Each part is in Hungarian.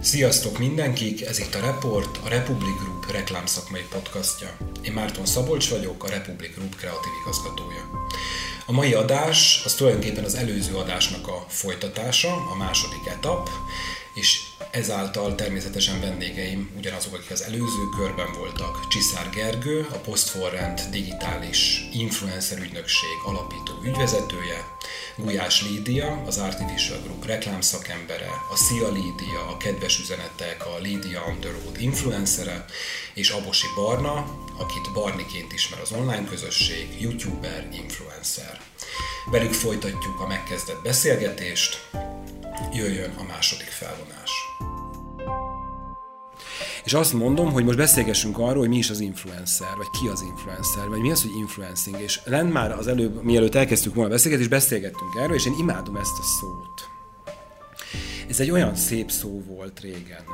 Sziasztok mindenkik, ez itt a Report, a Republic Group reklámszakmai podcastja. Én Márton Szabolcs vagyok, a Republic Group kreatív igazgatója. A mai adás az tulajdonképpen az előző adásnak a folytatása, a második etap, és ezáltal természetesen vendégeim ugyanazok, akik az előző körben voltak. Csiszár Gergő, a Post4Rent digitális influencer ügynökség alapító ügyvezetője, Gulyás Lídia, az Artificial Group reklámszakembere, a Szia Lídia, a Kedves Üzenetek, a Lídia on the Road influencere, és Abosi Barna, akit Barniként ismer az online közösség, youtuber, influencer. Velük folytatjuk a megkezdett beszélgetést, jöjjön a második felvonás. És azt mondom, hogy most beszélgessünk arról, hogy mi is az influencer, vagy ki az influencer, vagy mi az, hogy influencing. És lent már az előbb, mielőtt elkezdtük volna beszélgetni, és beszélgettünk erről, és én imádom ezt a szót. Ez egy olyan szép szó volt régen.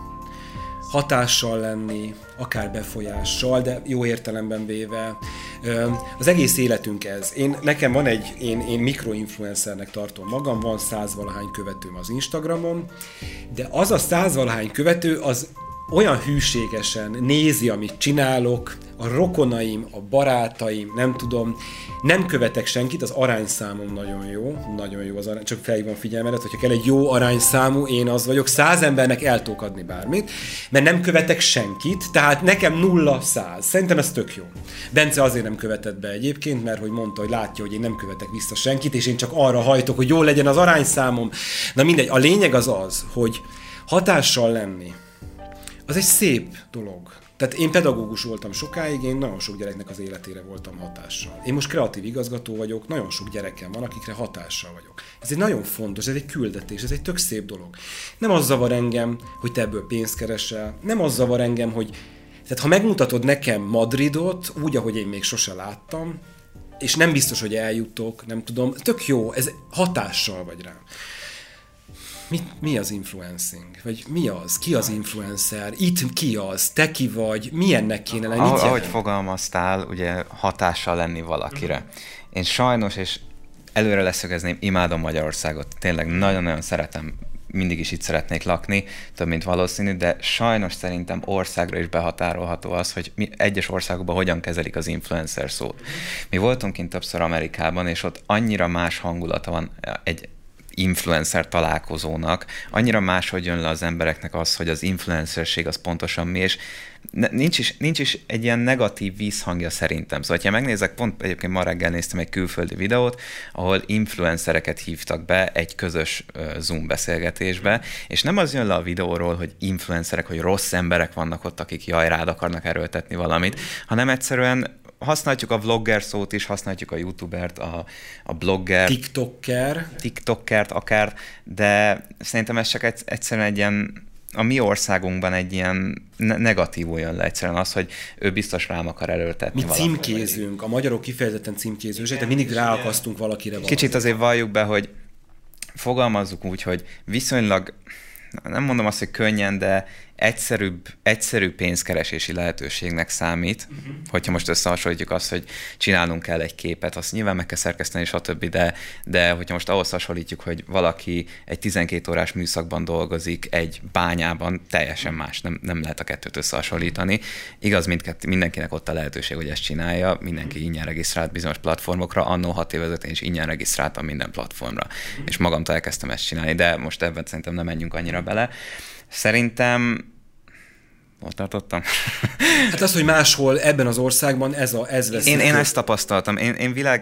Hatással lenni, akár befolyással, de jó értelemben véve. Az egész életünk ez. Nekem van én mikroinfluencernek tartom magam, van 100-valahány követőm az Instagramon, de az a 100-valahány követő az olyan hűségesen nézi, amit csinálok, a rokonaim, a barátaim, nem tudom, nem követek senkit, az arányszámom nagyon jó az arány, csak felhívom figyelmedet, hogyha kell egy jó arányszámú, én az vagyok, 100 embernek el tudok adni bármit, mert nem követek senkit, tehát nekem 0-100, szerintem ez tök jó. Bence azért nem követett be egyébként, mert hogy mondta, hogy látja, hogy én nem követek vissza senkit, és én csak arra hajtok, hogy jó legyen az arányszámom. Na mindegy, a lényeg az, hogy hatással lenni, az egy szép dolog. Tehát én pedagógus voltam sokáig, én nagyon sok gyereknek az életére voltam hatással. Én most kreatív igazgató vagyok, nagyon sok gyerekem van, akikre hatással vagyok. Ez egy nagyon fontos, ez egy küldetés, ez egy tök szép dolog. Nem az zavar engem, hogy te ebből pénzt keresel, nem az zavar engem, hogy... Tehát ha megmutatod nekem Madridot, úgy, ahogy én még sose láttam, és nem biztos, hogy eljutok, nem tudom, tök jó, ez hatással vagy rám. Mi az influencing? Vagy mi az? Ki az influencer? Itt ki az? Te ki vagy? Milyennek kéne lenni? Ahogy fogalmaztál, ugye hatással lenni valakire. Én sajnos, és előre leszögezném, imádom Magyarországot. Tényleg nagyon-nagyon szeretem, mindig is itt szeretnék lakni, több mint valószínű, de sajnos szerintem országra is behatárolható az, hogy egyes országokban hogyan kezelik az influencer szót. Mi voltunk kint többször Amerikában, és ott annyira más hangulata van egy influencer találkozónak, annyira máshogy jön le az embereknek az, hogy az influencerség az pontosan mi, és nincs is egy ilyen negatív vízhangja szerintem. Szóval, ha megnézek, pont egyébként ma reggel néztem egy külföldi videót, ahol influencereket hívtak be egy közös Zoom beszélgetésbe, és nem az jön le a videóról, hogy influencerek, hogy rossz emberek vannak ott, akik rád akarnak erőltetni valamit, hanem egyszerűen használjuk a vlogger szót is, használjuk a youtubert, a blogger, tiktokert akár, de szerintem ez csak egyszerűen egy ilyen, a mi országunkban egy ilyen negatív olyan le egyszerűen az, hogy ő biztos rám akar erőltetni valamit. Mi címkézünk, a magyarok kifejezetten címkézősek, de mindig ráakasztunk valakire valamit. Kicsit azért valljuk be, hogy fogalmazzuk úgy, hogy viszonylag, nem mondom azt, hogy könnyen, de egyszerű pénzkeresési lehetőségnek számít, hogyha most összehasonlítjuk azt, hogy csinálnunk kell egy képet, azt nyilván meg kell szerkeszteni, stb., de hogyha most ahhoz hasonlítjuk, hogy valaki egy 12 órás műszakban dolgozik egy bányában, teljesen más, nem lehet a kettőt összehasonlítani. Igaz, mindenkinek ott a lehetőség, hogy ezt csinálja, mindenki ingyen regisztrált bizonyos platformokra, annó 6 év ezelőtt én is ingyen regisztráltam minden platformra, és magamtól elkezdtem ezt csinálni, de most ebben szerintem nem menjünk annyira bele. Szerintem... Ott tartottam? Hát az, hogy máshol ebben az országban ez lesz. Én ezt tapasztaltam. Én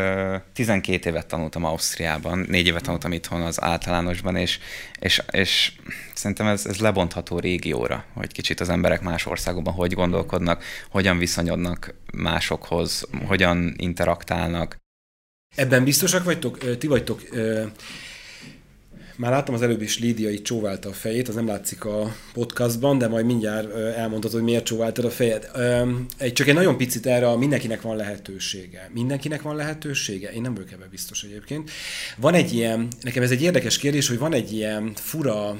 12 évet tanultam Ausztriában, 4 évet tanultam itthon az általánosban, és szerintem ez lebontható régióra, hogy kicsit az emberek más országokban hogy gondolkodnak, hogyan viszonyodnak másokhoz, hogyan interaktálnak. Ebben biztosak vagytok? Ti vagytok... Már láttam az előbb is, Lídia így csóválta a fejét, az nem látszik a podcastban, de majd mindjárt elmondod, hogy miért csóváltad a fejed. Csak egy nagyon picit erre mindenkinek van lehetősége. Mindenkinek van lehetősége? Én nem vagyok ebben biztos egyébként. Van egy ilyen, nekem ez egy érdekes kérdés, hogy van egy ilyen fura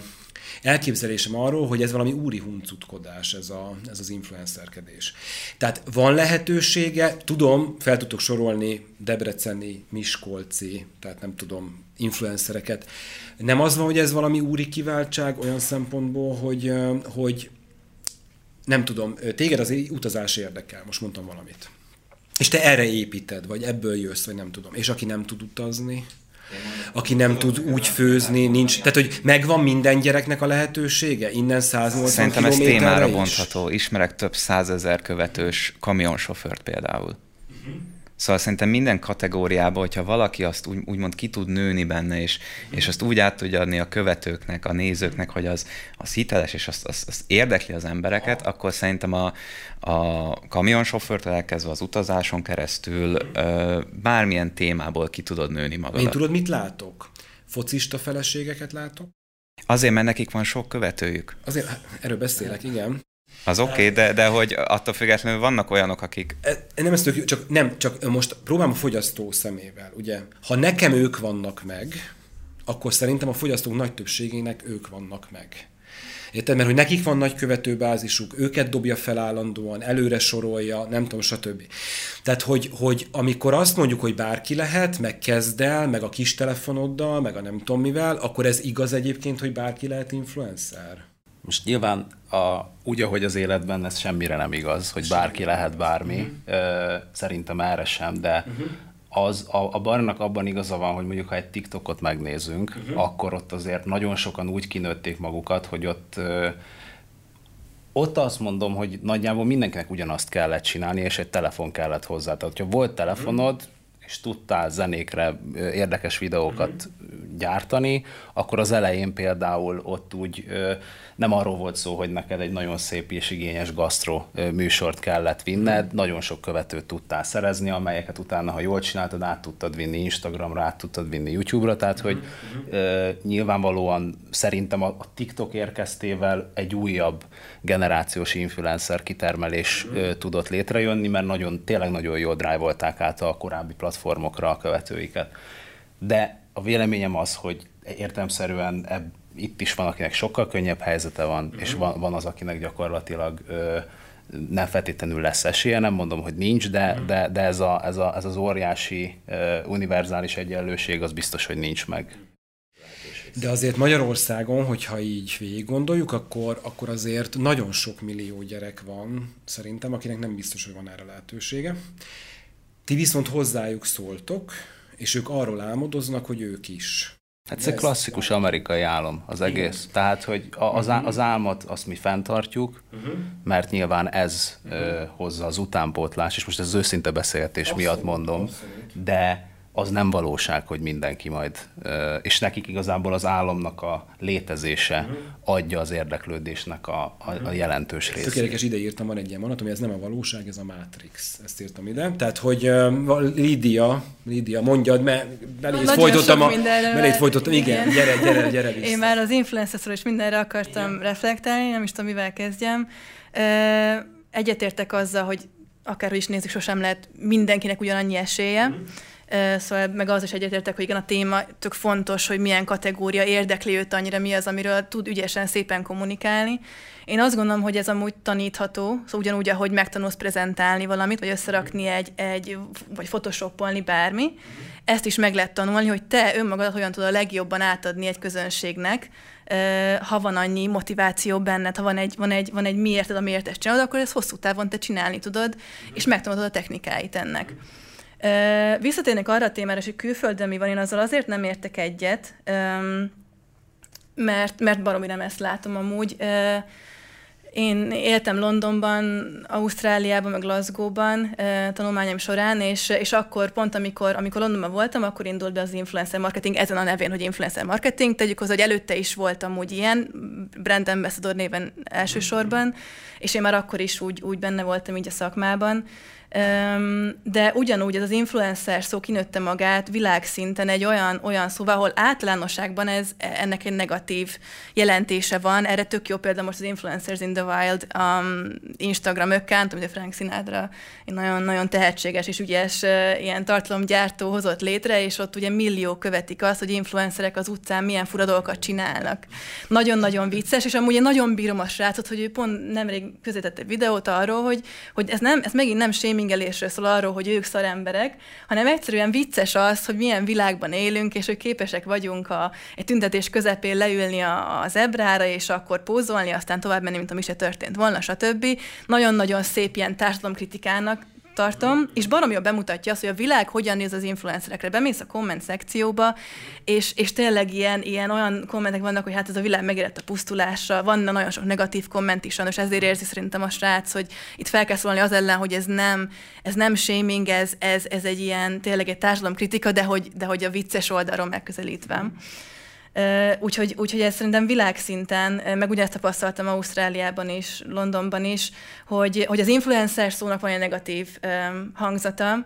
elképzelésem arról, hogy ez valami úri huncutkodás, ez az influencerkedés. Tehát van lehetősége, tudom, fel tudtok sorolni debreceni, miskolci, tehát nem tudom, influencereket. Nem az van, hogy ez valami úri kiváltság olyan szempontból, hogy nem tudom, téged az utazás érdekel, most mondtam valamit. És te erre építed, vagy ebből jössz, vagy nem tudom. És aki nem tud utazni, aki nem tud úgy főzni, nincs... Tehát, hogy megvan minden gyereknek a lehetősége? Innen 180 Szerintem ez témára is? bontható. Ismerek több 100 000 követős kamionsofőrt például. Szóval szerintem minden kategóriában, hogyha valaki azt úgymond ki tud nőni benne, és azt úgy át tudja adni a követőknek, a nézőknek, hogy az hiteles, és azt érdekli az embereket, akkor szerintem a kamionsofőrtől elkezdve az utazáson keresztül bármilyen témából ki tudod nőni magadat. Én tudod, mit látok? Focista feleségeket látok? Azért, mert nekik van sok követőjük. Azért, erről beszélek, igen. Az oké, de hogy attól függetlenül vannak olyanok, akik... Nem ezt csak most próbálom a fogyasztó szemével, ugye? Ha nekem ők vannak meg, akkor szerintem a fogyasztók nagy többségének ők vannak meg. Érted? Mert hogy nekik van nagy követőbázisuk, őket dobja fel állandóan, előre sorolja, nem tudom, stb. Tehát, hogy amikor azt mondjuk, hogy bárki lehet, meg kezd el, meg a kis telefonoddal, meg a nem tudom mivel, akkor ez igaz egyébként, hogy bárki lehet influencer? Most nyilván úgy, ahogy az életben ez semmire nem igaz, hogy bárki lehet bármi, szerintem erre sem, de a Barnak abban igaza van, hogy mondjuk ha egy TikTokot megnézünk, akkor ott azért nagyon sokan úgy kinőtték magukat, hogy ott azt mondom, hogy nagyjából mindenkinek ugyanazt kellett csinálni, és egy telefon kellett hozzá. Tehát, hogyha volt telefonod, és tudtál zenékre érdekes videókat gyártani, akkor az elején például ott úgy nem arról volt szó, hogy neked egy nagyon szép és igényes gasztro műsort kellett vinned, nagyon sok követőt tudtál szerezni, amelyeket utána, ha jól csináltad, át tudtad vinni Instagramra, át tudtad vinni YouTube-ra, tehát hogy nyilvánvalóan szerintem a TikTok érkeztével egy újabb generációs influencer kitermelés tudott létrejönni, mert tényleg nagyon jól drive-olták át a korábbi platformokra a követőiket. De a véleményem az, hogy értelemszerűen itt is van, akinek sokkal könnyebb helyzete van, és van az, akinek gyakorlatilag nem feltétlenül lesz esélye, nem mondom, hogy nincs, de ez az óriási univerzális egyenlőség, az biztos, hogy nincs meg. De azért Magyarországon, hogyha így végig gondoljuk, akkor azért nagyon sok millió gyerek van, szerintem, akinek nem biztos, hogy van erre lehetősége. Ti viszont hozzájuk szóltok, és ők arról álmodoznak, hogy ők is. Hát ez egy klasszikus amerikai álom az egész. Igen. Tehát, hogy az álmot azt mi fenntartjuk, mert nyilván ez hozza az utánpótlás, és most ez az őszinte beszélgetés miatt mondom, de az nem valóság, hogy mindenki majd, és nekik igazából az álomnak a létezése adja az érdeklődésnek a jelentős részét. Tökéletes, ide írtam, van egy ilyen mondat, ami ez nem a valóság, ez a Matrix. Ezt írtam ide. Tehát, hogy Lídia, mondjad, mert belét folytottam, igen, gyere vissza. Én már az influencerről is mindenre akartam reflektálni, nem is tudom, mivel kezdjem. Egyetértek azzal, hogy akárhogy is nézzük, sosem lehet mindenkinek ugyanannyi esélye. Szóval meg az is egyetértek, hogy igen, a téma tök fontos, hogy milyen kategória érdekli őt annyira, mi az, amiről tud ügyesen szépen kommunikálni. Én azt gondolom, hogy ez amúgy tanítható, szóval ugyanúgy, ahogy megtanulsz prezentálni valamit, vagy összerakni vagy photoshopolni bármi, ezt is meg lehet tanulni, hogy te önmagadat hogyan tudod a legjobban átadni egy közönségnek, ha van annyi motiváció benned, ha van egy miérted, amiért ezt csinálod, akkor ezt hosszú távon te csinálni tudod, és megtanulod a technikáit ennek. Visszatérnek arra a témára, hogy külföldön mi van, én azzal azért nem értek egyet, mert baromi nem ezt látom amúgy. Én éltem Londonban, Ausztráliában, meg Glasgow-ban tanulmányom során, és akkor pont, amikor Londonban voltam, akkor indult be az influencer marketing ezen a nevén, hogy influencer marketing. Tegyük hozzá, hogy előtte is voltam úgy ilyen, brand ambassador néven elsősorban, és én már akkor is úgy benne voltam így a szakmában. De ugyanúgy ez az influencer szó kinőtte magát világszinten egy olyan szóval, ahol általánosságban ennek egy negatív jelentése van. Erre tök jó példa most az Influencers in the Wild Instagram account, amit a Frank Sinatra egy nagyon tehetséges és ügyes ilyen tartalomgyártó hozott létre, és ott ugye milliók követik azt, hogy influencerek az utcán milyen fura dolgokat csinálnak. Nagyon-nagyon vicces, és amúgy én nagyon bírom a srácot, hogy ő pont nemrég közvetett egy videót arról, hogy ez megint nem shamingelésről szól arról, hogy ők szaremberek, hanem egyszerűen vicces az, hogy milyen világban élünk, és hogy képesek vagyunk egy tüntetés közepén leülni a zebrára, és akkor pózolni, aztán tovább menni, mint ami se történt volna, stb. Nagyon-nagyon szép ilyen társadalomkritikának tartom, és baromjól bemutatja azt, hogy a világ hogyan néz az influencerekre. Bemész a komment szekcióba, és tényleg ilyen olyan kommentek vannak, hogy hát ez a világ megérett a pusztulásra, van nagyon sok negatív komment is, és ezért érzi szerintem a srác, hogy itt fel kell szólni az ellen, hogy ez nem shaming, ez egy ilyen tényleg egy társadalomkritika, de hogy a vicces oldalról megközelítve. Úgyhogy ez szerintem világszinten, meg ugyanezt tapasztaltam Ausztráliában is, Londonban is, hogy az influencer szónak van egy negatív hangzata,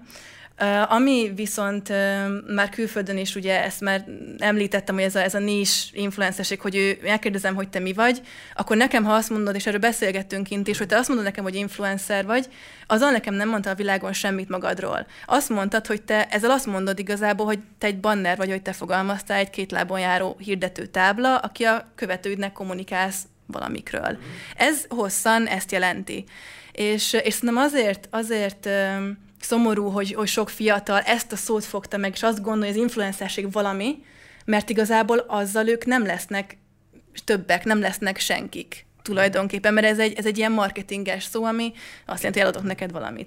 ami viszont már külföldön is, ugye ezt már említettem, hogy ez a niche influencerség, hogy megkérdezem, hogy te mi vagy, akkor nekem, ha azt mondod, és erről beszélgettünk kint is, hogy te azt mondod nekem, hogy influencer vagy, azzal nekem nem mondta a világon semmit magadról. Azt mondtad, hogy te ezzel azt mondod igazából, hogy te egy banner vagy, hogy te fogalmaztál egy két lábon járó hirdető tábla, aki a követőidnek kommunikálsz valamikről. Ez hosszan ezt jelenti. És szerintem azért szomorú, hogy sok fiatal ezt a szót fogta meg, és azt gondolja, hogy az influencerség valami, mert igazából azzal ők nem lesznek többek, nem lesznek senkik tulajdonképpen, mert ez egy ilyen marketinges szó, ami azt jelenti, hogy eladok neked valamit.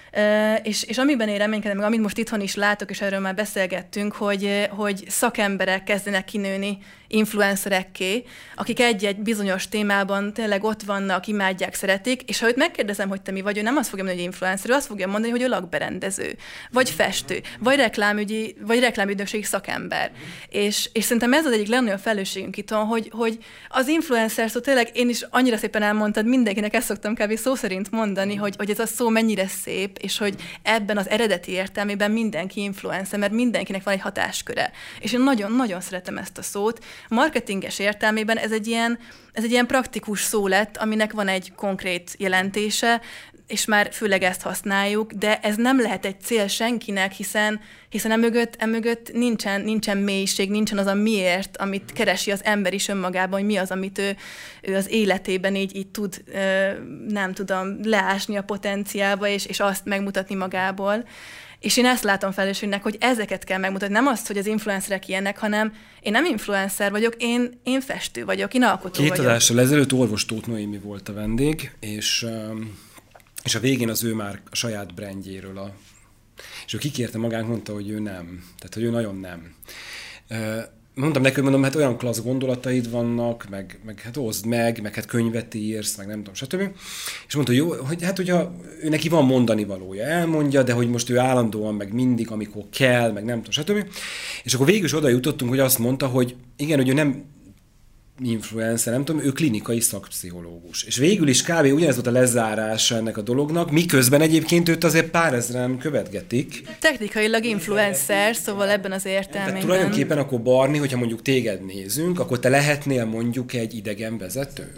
És amiben én reménykedem, meg amit most itthon is látok, és erről már beszélgettünk, hogy szakemberek kezdenek kinőni influencerekké, akik egy-egy bizonyos témában tényleg ott vannak, imádják, szeretik, és ha őt megkérdezem, hogy te mi vagy, ő nem azt fogja mondani, hogy influencer, ő azt fogja mondani, hogy ő lakberendező, vagy festő, vagy reklámügynökségi szakember. És szerintem ez az egyik legnagyobb felelősségünk itthon, hogy az influencer szó tényleg, én is annyira szépen elmondtad, mindenkinek ezt szoktam kb. Szó szerint mondani, hogy ez a szó mennyire szép, és hogy ebben az eredeti értelmében mindenki influencer, mert mindenkinek van egy hatásköre. És én nagyon-nagyon szeretem ezt a szót. Marketinges értelmében ez egy ilyen praktikus szó lett, aminek van egy konkrét jelentése, és már főleg ezt használjuk, de ez nem lehet egy cél senkinek, hiszen emögött nincsen mélység, nincsen az a miért, amit keresi az ember is önmagában, hogy mi az, amit ő az életében így tud, nem tudom, leásni a potenciálba, és azt megmutatni magából. És én ezt látom felelősségnek, hogy ezeket kell megmutatni. Nem azt, hogy az influencerek ilyenek, hanem én nem influencer vagyok, én festő vagyok, én alkotó vagyok. 2 adással ezelőtt orvos Tóth Noémi volt a vendég, és a végén az ő már a saját brandjéről, és ő kikérte magát, mondta, hogy ő nem. Tehát, hogy ő nagyon nem. Mondtam neki, hogy hát olyan klassz gondolataid vannak, meg hát oszd meg hát könyvet írsz, meg nem tudom, stb. És mondta, hogy jó, hogy hát hogyha ő neki van mondani valója, elmondja, de hogy most ő állandóan, meg mindig, amikor kell, meg nem tudom, stb. És akkor végül is oda jutottunk, hogy azt mondta, hogy igen, hogy ő nem influencer, nem tudom, ő klinikai szakpszichológus. És végül is kb. Ugyanez volt a lezárása ennek a dolognak, miközben egyébként őt azért pár ezren követgetik. Technikailag influencer, szóval ebben az értelmében. Tehát tulajdonképpen akkor Barni, hogyha mondjuk téged nézünk, akkor te lehetnél mondjuk egy idegen vezető?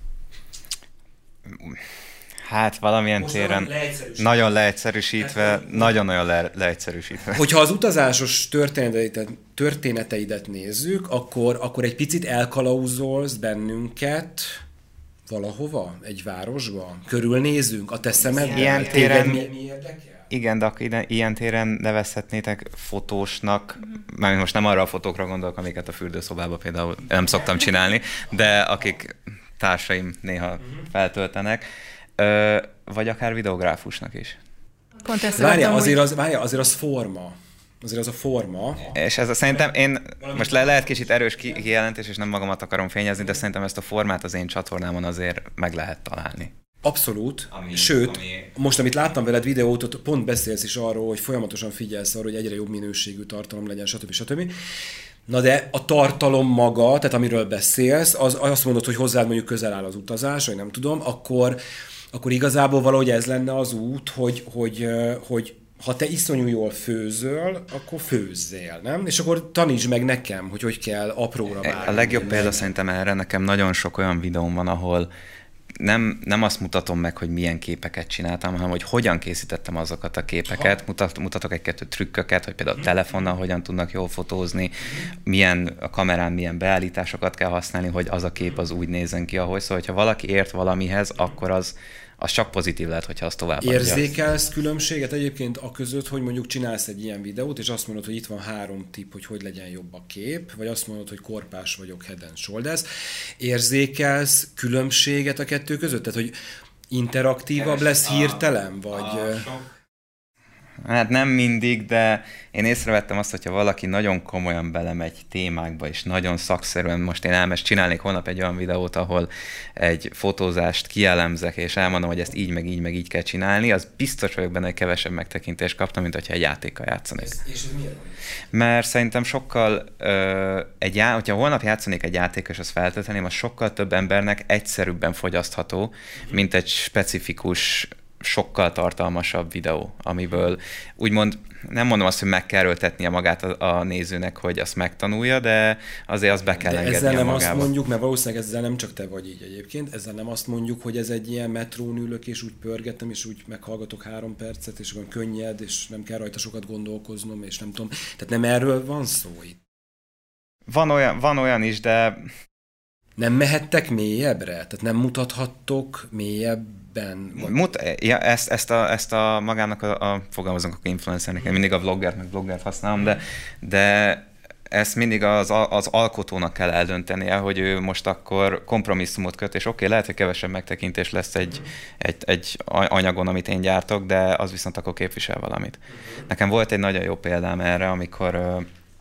Hát valamilyen most téren nagyon leegyszerűsítve, nagyon-nagyon leegyszerűsítve. Hogyha az utazásos történeteidet nézzük, akkor egy picit elkalauzolsz bennünket valahova, egy városba? Körülnézünk? A te szemedben? Ilyen téren, mi érdekel? Igen, de akkor ilyen téren nevezhetnétek fotósnak, mert most nem arra a fotókra gondolok, amiket a fürdőszobában például nem szoktam csinálni, de akik társaim néha feltöltenek, vagy akár videográfusnak is. Pont ezt várja, azért az forma. Azért az a forma. És ez szerintem én, most lehet kicsit erős kijelentés, és nem magamat akarom fényezni, de szerintem ezt a formát az én csatornámon azért meg lehet találni. Abszolút. Sőt, most amit láttam veled videót, ott pont beszélsz is arról, hogy folyamatosan figyelsz arra, hogy egyre jobb minőségű tartalom legyen, stb. Na de a tartalom maga, tehát amiről beszélsz, az azt mondod, hogy hozzád mondjuk közel áll az utazás, vagy nem tudom, akkor igazából valahogy ez lenne az út, hogy ha te iszonyú jól főzöl, akkor főzzél, nem? És akkor tanítsd meg nekem, hogy kell apróra vágni. A legjobb példa szerintem erre, nekem nagyon sok olyan videóm van, ahol nem azt mutatom meg, hogy milyen képeket csináltam, hanem hogy hogyan készítettem azokat a képeket, mutatok egy-kettő trükköket, hogy például a telefonnal hogyan tudnak jól fotózni, a kamerán milyen beállításokat kell használni, hogy az a kép az úgy nézzen ki, ahogy. Szóval, hogyha valaki ért valamihez, akkor az csak pozitív lehet, hogyha azt tovább adja. Érzékelsz különbséget egyébként a között, hogy mondjuk csinálsz egy ilyen videót, és azt mondod, hogy itt van 3 tipp, hogy legyen jobb a kép, vagy azt mondod, hogy korpás vagyok, head and shoulders. Érzékelsz különbséget a kettő között? Tehát, hogy interaktívabb lesz hirtelen, vagy... Hát nem mindig, de én észrevettem azt, hogyha valaki nagyon komolyan belemegy témákba, és nagyon szakszerűen, most én csinálnék holnap egy olyan videót, ahol egy fotózást kielemzek, és elmondom, hogy ezt így, meg így kell csinálni, az biztos vagyok benne, hogy kevesebb megtekintést kaptam, mint hogyha egy játékkal játszanék. És ez miért? Mert szerintem sokkal, hogyha holnap játszanék egy játékkal, és azt feltölteném, az sokkal több embernek egyszerűbben fogyasztható, mint egy specifikus, sokkal tartalmasabb videó, amiből úgymond nem mondom azt, hogy meg kell erőltetnie magát a nézőnek, hogy azt megtanulja, de azért azt be kell engednie magába. Ezzel nem azt mondjuk, mert valószínűleg ezzel nem csak te vagy így egyébként, ezzel nem azt mondjuk, hogy ez egy ilyen metrón ülök, és úgy pörgetem, és úgy meghallgatok 3 percet, és olyan könnyed, és nem kell rajta sokat gondolkoznom, és nem tudom. Tehát nem erről van szó itt. Van olyan is, de... Nem mehettek mélyebbre? Tehát nem mutathattok mélyebben? Ezt a magának fogalmazunk a influencernek, én mindig a vloggert használom, de ezt mindig az alkotónak kell eldöntenie, hogy ő most akkor kompromisszumot köt, és oké, lehet, hogy kevesebb megtekintés lesz egy anyagon, amit én gyártok, de az viszont akkor képvisel valamit. Nekem volt egy nagyon jó példám erre, amikor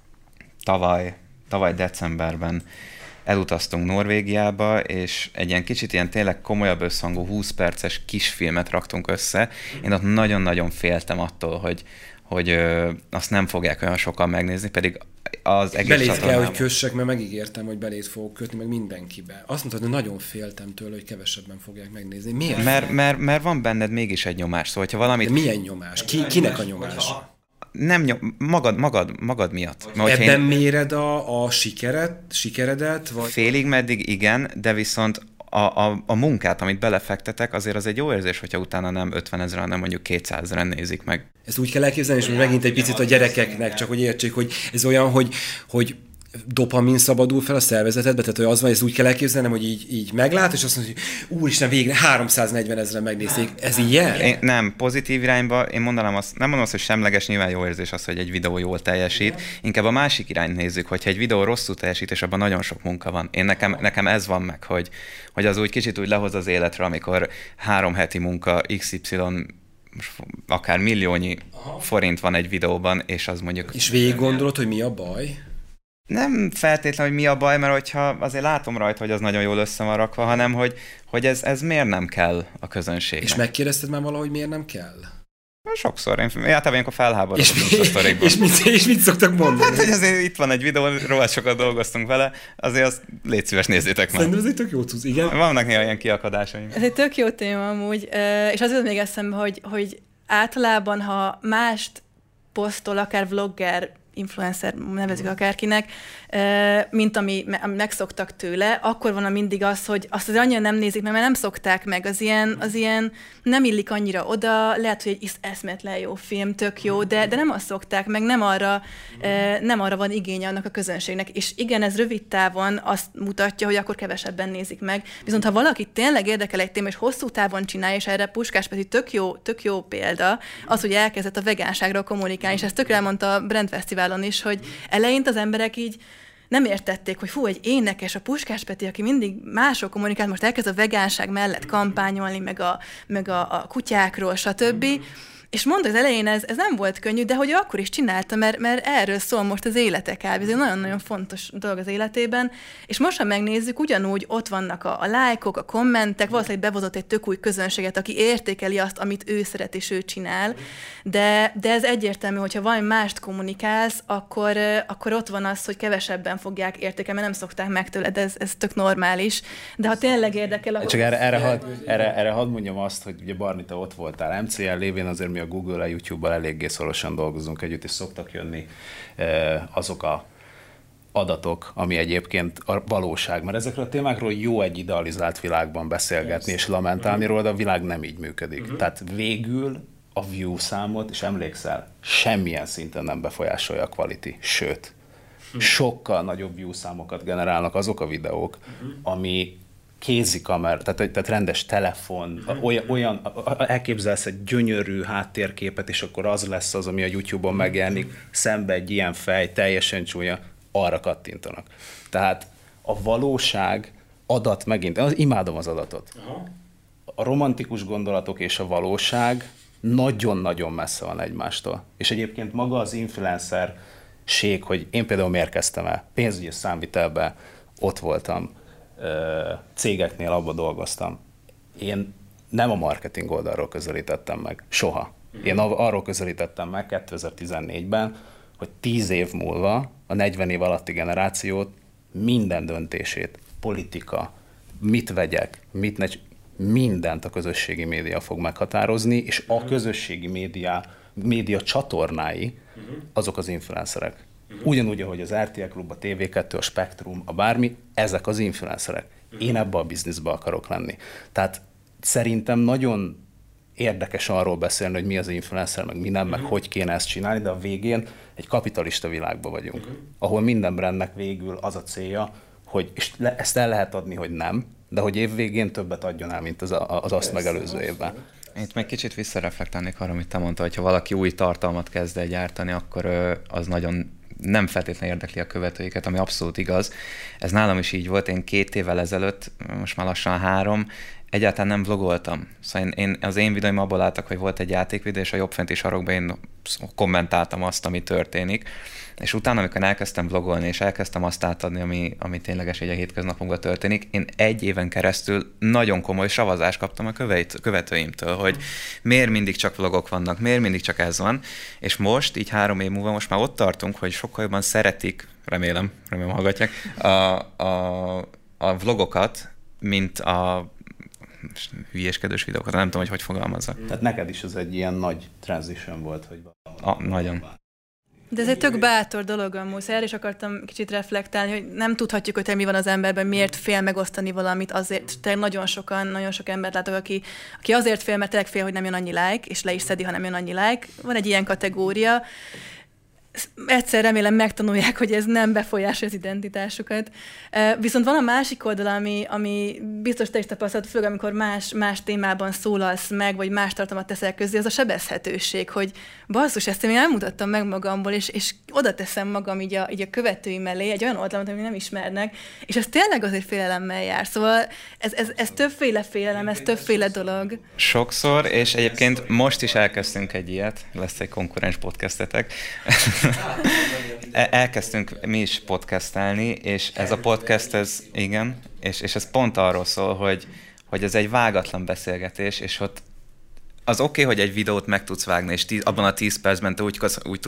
tavaly decemberben elutaztunk Norvégiába, és egy ilyen kicsit ilyen tényleg komolyabb összhangú 20 perces kisfilmet raktunk össze. Én ott nagyon-nagyon féltem attól, hogy azt nem fogják olyan sokan megnézni, pedig az egész belét kell, hogy kössek, mert megígértem, hogy belét fogok kötni, meg mindenkibe. Azt mondtad, hogy nagyon féltem tőle, hogy kevesebben fogják megnézni. Miért? Mert van benned mégis egy nyomás. Szóval, hogyha valamit... De milyen nyomás? Kinek a nyomás? Nem magad miatt. Ebben méred a sikeredet? Vagy? Félig meddig igen, de viszont a munkát, amit belefektetek, azért az egy jó érzés, hogyha utána nem 50 000, hanem mondjuk 200 000 nézik meg. Ezt úgy kell elképzelni, és megint egy picit a gyerekeknek, csak hogy értsék, hogy ez olyan, hogy dopamin szabadul fel a szervezetedbe, tehát hogy az van, ezt úgy kell elképzelnem, hogy így meglát, és azt mondja, hogy úristen, végre 340 000 megnézik. Ez ilyen? Nem, pozitív irányba, én nem mondom azt, hogy semleges, nyilván jó érzés az, hogy egy videó jól teljesít, inkább a másik irányt nézzük, hogyha egy videó rosszul teljesít, és abban nagyon sok munka van. Nekem ez van meg, hogy az úgy kicsit úgy lehoz az életre, amikor 3 heti munka XY akár milliónyi forint van egy videóban, és az mondjuk... És végig gondolod, hogy mi a baj? Nem feltétlenül, hogy mi a baj, mert hogyha azért látom rajta, hogy az nagyon jól össze van rakva, hanem hogy ez miért nem kell a közönségnek. És megkérdezted már valahogy, miért nem kell? Sokszor. Én általában ilyenkor felháborodom a sztorikban. És mit szoktak mondani? Hát, hogy azért itt van egy videó, róla sokat dolgoztunk vele, azért azt légy szíves, nézzétek meg. Szerintem ez egy tök jó cucc, igen. Vannak néha ilyen kiakadásaim. Ez egy tök jó téma amúgy, és az még eszembe, hogy általában, ha mást posztol, akár vlogger, influencer, nevezik akárkinek, mint ami megszoktak tőle, akkor van mindig az, hogy azt az annyira nem nézik meg, mert nem szokták meg, az ilyen nem illik annyira oda, lehet, hogy egy eszméletlen jó film, tök jó, de nem azt szokták meg, nem arra van igénye annak a közönségnek. És igen, ez rövid távon azt mutatja, hogy akkor kevesebben nézik meg. Viszont ha valaki tényleg érdekel egy téma, és hosszú távon csinálja, és erre Puskás Peti tök jó példa, az, hogy elkezdett a vegánságról kommunikálni, és ezt tökre elmondta a Brand Fesztiválon is, hogy eleinte az emberek így nem értették, hogy egy énekes, a Puskás Peti, aki mindig másról kommunikált, most elkezd a vegánság mellett kampányolni, meg a kutyákról, stb. És mondta, az elején ez nem volt könnyű, de hogy ő akkor is csinálta, mert erről szól most az élete kb. Ez egy nagyon-nagyon fontos dolog az életében. És most, ha megnézzük, ugyanúgy ott vannak a lájkok, a kommentek, valószínűleg bevozott egy tök új közönséget, aki értékeli azt, amit ő szeret és ő csinál. De ez egyértelmű, hogyha valami mást kommunikálsz, akkor ott van az, hogy kevesebben fogják értékelni, mert nem szokták meg tőled, ez tök normális. De ha tényleg érdekel, akkor... Csak erre hadd mondjam azt, hogy ugye Barnita ott voltál MCL lévén, azért mi a Google-a, YouTube-bal eléggé szorosan dolgozunk együtt, és szoktak jönni azok a adatok, ami egyébként a valóság. Mert ezekről a témákról jó egy idealizált világban beszélgetni és lamentálni róla, de a világ nem így működik. Tehát végül a view számot, és emlékszel, semmilyen szinten nem befolyásolja a quality, sőt, sokkal nagyobb view számokat generálnak azok a videók, ami kézikamera, tehát rendes telefon, olyan elképzelsz egy gyönyörű háttérképet, és akkor az lesz az, ami a YouTube-on megjelenik, szembe egy ilyen fej, teljesen csúnya, arra kattintanak. Tehát a valóság adat megint, imádom az adatot. A romantikus gondolatok és a valóság nagyon-nagyon messze van egymástól. És egyébként maga az influencerség, hogy én például miért kezdtem el, pénzügyi számvitelben ott voltam, cégeknél abba dolgoztam. Én nem a marketing oldalról közelítettem meg, soha. Én arról közelítettem meg 2014-ben, hogy 10 év múlva a 40 év alatti generációt minden döntését, politika, mit vegyek, mit ne, mindent a közösségi média fog meghatározni, és a közösségi média csatornái azok az influencerek. Ugyanúgy, ahogy az RTL Klub, a TV2, a Spektrum, a bármi, ezek az influencerek. Én ebbe a bizniszbe akarok lenni. Tehát szerintem nagyon érdekes arról beszélni, hogy mi az influencer, meg mi nem, meg hogy kéne ezt csinálni, de a végén egy kapitalista világban vagyunk, ahol minden brandnek végül az a célja, hogy és ezt el lehet adni, hogy nem, de hogy év végén többet adjon el, mint az azt megelőző évben. Itt meg kicsit visszareflektálnék arra, amit te mondtad, hogy ha valaki új tartalmat kezd el gyártani, akkor az nagyon nem feltétlenül érdekli a követőiket, ami abszolút igaz. Ez nálam is így volt. Én 2 évvel ezelőtt, most már lassan 3, egyáltalán nem vlogoltam. Szóval az én videóim abból álltak, hogy volt egy játékvideó, és a jobb fenti sarokban én kommentáltam azt, ami történik. És utána, amikor elkezdtem vlogolni, és elkezdtem azt átadni, ami tényleges egy a hétköznapokban történik, én 1 éven keresztül nagyon komoly savazást kaptam a követőimtől, hogy miért mindig csak vlogok vannak, miért mindig csak ez van. És most, így 3 év múlva, most már ott tartunk, hogy sokkal jobban szeretik, remélem hallgatják, a vlogokat, mint a hülyéskedős videókat. Nem tudom, hogy fogalmazzak. Tehát neked is ez egy ilyen nagy transition volt, hogy nagyon. De ez egy tök bátor dolog amúgy, erre is akartam kicsit reflektálni, hogy nem tudhatjuk, hogy mi van az emberben, miért fél megosztani valamit, azért nagyon sok embert látok, aki azért fél, mert tényleg fél, hogy nem jön annyi like, és le is szedi, ha nem jön annyi like. Van egy ilyen kategória, egyszer remélem megtanulják, hogy ez nem befolyásolja az identitásukat. Viszont van a másik oldal, ami biztos te is tapasztalat, főleg amikor más témában szólalsz meg, vagy más tartalmat teszel közé, az a sebezhetőség, hogy basszus, ezt én elmutattam meg magamból, és oda teszem magam így a követőim elé, egy olyan oldalon, amit nem ismernek, és ez tényleg azért félelemmel jár. Szóval ez többféle félelem, ez többféle dolog. Sokszor, és egyébként most is elkezdtünk egy ilyet, lesz egy konkurens podcastetek. Elkezdtünk mi is podcastelni, és ez a podcast, igen, és ez pont arról szól, hogy ez egy vágatlan beszélgetés, és ott az oké, hogy egy videót meg tudsz vágni, és abban a 10 percben te úgy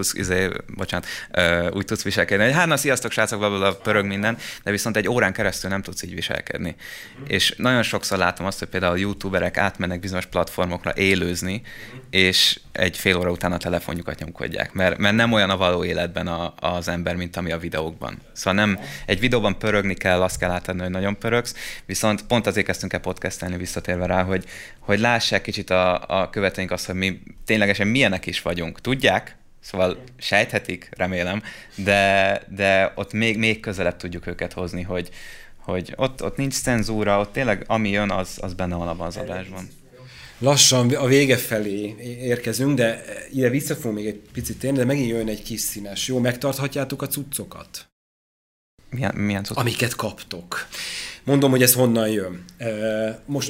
tudsz viselkedni, hogy hát na, sziasztok srácok, blablabla, pörög minden, de viszont egy órán keresztül nem tudsz így viselkedni. És nagyon sokszor látom azt, hogy például a youtuberek átmennek bizonyos platformokra élőzni, és egy fél óra után a telefonjukat nyomkodják, mert nem olyan a való életben az ember, mint ami a videókban. Szóval nem, egy videóban pörögni kell, azt kell átadni, hogy nagyon pörögsz, viszont pont azért kezdtünk el podcastelni, visszatérve rá, hogy lássák kicsit a követőink azt, hogy mi ténylegesen milyenek is vagyunk. Tudják, szóval sejthetik, remélem, de ott még közelebb tudjuk őket hozni, hogy ott nincs cenzúra, ott tényleg ami jön, az benne van abban az adásban. Lassan a vége felé érkezünk, de ide vissza fogunk még egy picit térni, de megint jön egy kis színes. Jó, megtarthatjátok a cuccokat? Milyen cuccok? Amiket kaptok. Mondom, hogy ez honnan jön. Most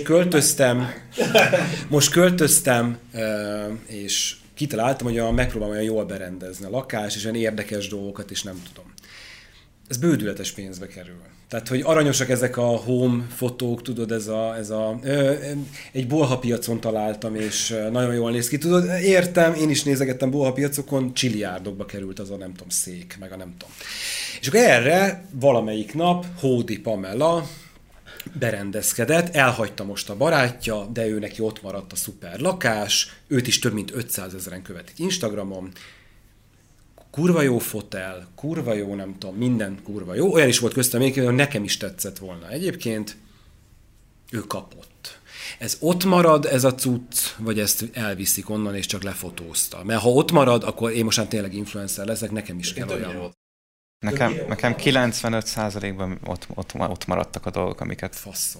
költöztem, és kitaláltam, hogy megpróbálom olyan jól berendezni a lakást, és olyan érdekes dolgokat, és nem tudom. Ez bődületes pénzbe kerül. Tehát, hogy aranyosak ezek a home fotók, tudod, egy bolhapiacon találtam, és nagyon jól néz ki. Tudod, értem, én is nézegettem bolhapiacokon, csiliárdokba került az a nem tudom szék, meg a nem tudom. És akkor erre valamelyik nap Hódi Pamela berendezkedett, elhagyta most a barátja, de ő neki ott maradt a szuper lakás, őt is több mint 500 000-en követik Instagramon, kurva jó fotel, kurva jó, nem tudom, minden kurva jó. Olyan is volt köztem, hogy nekem is tetszett volna. Egyébként ő kapott. Ez ott marad, ez a cucc, vagy ezt elviszik onnan, és csak lefotózta. Mert ha ott marad, akkor én most tényleg influencer leszek, nekem is kell olyan. Nekem 95%-ban ott maradtak a dolgok, amiket... Faszom.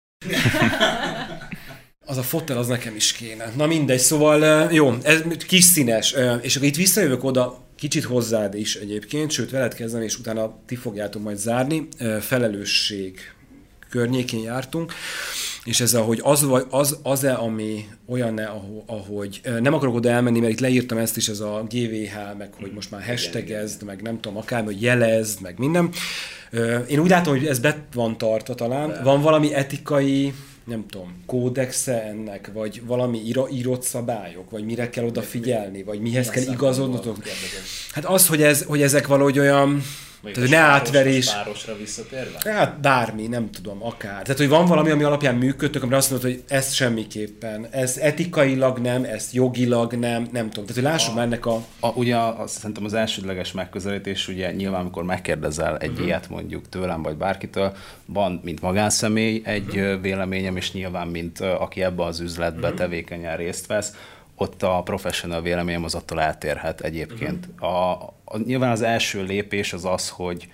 Az a fotel, az nekem is kéne. Na mindegy, szóval jó, ez kis színes. És akkor itt visszajövök oda, kicsit hozzád is egyébként, sőt veled kezdem, és utána ti fogjátok majd zárni. Felelősség környékén jártunk, és ez ahogy az-e, ami olyan-e, ahogy nem akarok oda elmenni, mert itt leírtam ezt is, ez a GVH, meg hogy most már hashtagezd, meg nem tudom, akármi, hogy jelezd, meg minden. Én úgy látom, hogy ez be van tartva talán. Van valami etikai, nem tudom, kódexe ennek, vagy valami írott szabályok, vagy mire kell odafigyelni, vagy mihez kell igazodnotok. Hát az, hogy ezek valahogy olyan... Tehát, ne átverés. Párosra visszatérve? Hát bármi, nem tudom, akár. Tehát, hogy van valami, ami alapján működtök, amire azt mondod, hogy ez semmiképpen. Ez etikailag nem, ez jogilag nem tudom. Tehát, hogy lássuk már ennek ugye szerintem az elsődleges megközelítés, ugye nyilván, amikor megkérdezel egy ilyet mondjuk tőlem, vagy bárkitől, van, mint magánszemély egy véleményem, és nyilván, mint aki ebbe az üzletbe tevékenyen részt vesz, ott a professional véleményem az attól eltérhet egyébként. Nyilván az első lépés az, hogy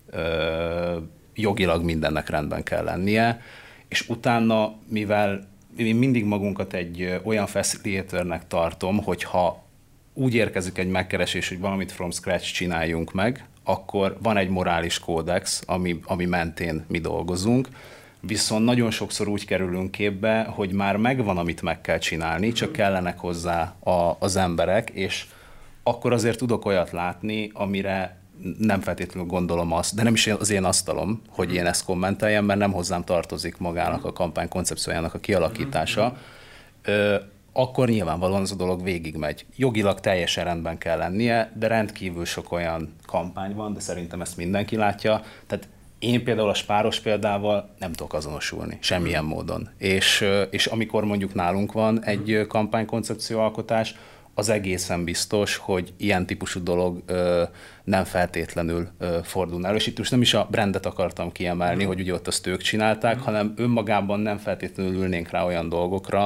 jogilag mindennek rendben kell lennie, és utána, mivel én mindig magunkat egy olyan facilitatornek tartom, hogyha úgy érkezik egy megkeresés, hogy valamit from scratch csináljunk meg, akkor van egy morális kódex, ami mentén mi dolgozunk, viszont nagyon sokszor úgy kerülünk képbe, hogy már megvan, amit meg kell csinálni, csak kellenek hozzá az emberek, és akkor azért tudok olyat látni, amire nem feltétlenül gondolom azt, de nem is az én asztalom, hogy én ezt kommenteljem, mert nem hozzám tartozik magának a kampány koncepciójának a kialakítása, akkor nyilvánvalóan az a dolog végigmegy. Jogilag teljesen rendben kell lennie, de rendkívül sok olyan kampány van, de szerintem ezt mindenki látja. Tehát én például a spáros példával nem tudok azonosulni, semmilyen módon. És amikor mondjuk nálunk van egy kampánykoncepcióalkotás, az egészen biztos, hogy ilyen típusú dolog nem feltétlenül fordul elő. És itt most nem is a brandet akartam kiemelni, hogy ugye ott azt ők csinálták, hanem önmagában nem feltétlenül ülnénk rá olyan dolgokra,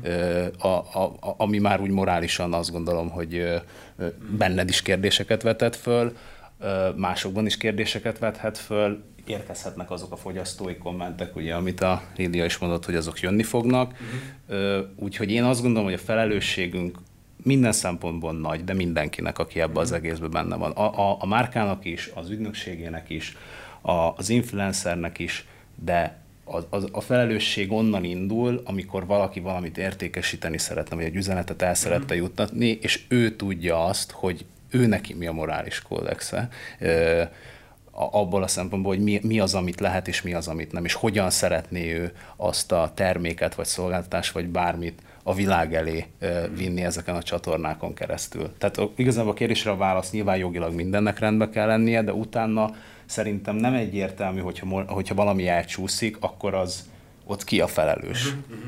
ami már úgy morálisan azt gondolom, hogy benned is kérdéseket vetett föl, másokban is kérdéseket vethet föl, érkezhetnek azok a fogyasztói kommentek, ugye, amit a Lídia is mondott, hogy azok jönni fognak. Úgyhogy én azt gondolom, hogy a felelősségünk minden szempontból nagy, de mindenkinek, aki ebbe az egészben benne van. A márkának is, az ügynökségének is, az influencernek is, de a felelősség onnan indul, amikor valaki valamit értékesíteni szeretne, vagy egy üzenetet el szeretne juttatni, és ő tudja azt, hogy ő neki mi a morális kódexe, abból a szempontból, hogy mi az, amit lehet, és mi az, amit nem, és hogyan szeretné ő azt a terméket, vagy szolgáltatást, vagy bármit a világ elé vinni ezeken a csatornákon keresztül. Tehát igazából a kérdésre a válasz nyilván jogilag mindennek rendbe kell lennie, de utána szerintem nem egyértelmű, hogyha valami elcsúszik, akkor az ott ki a felelős.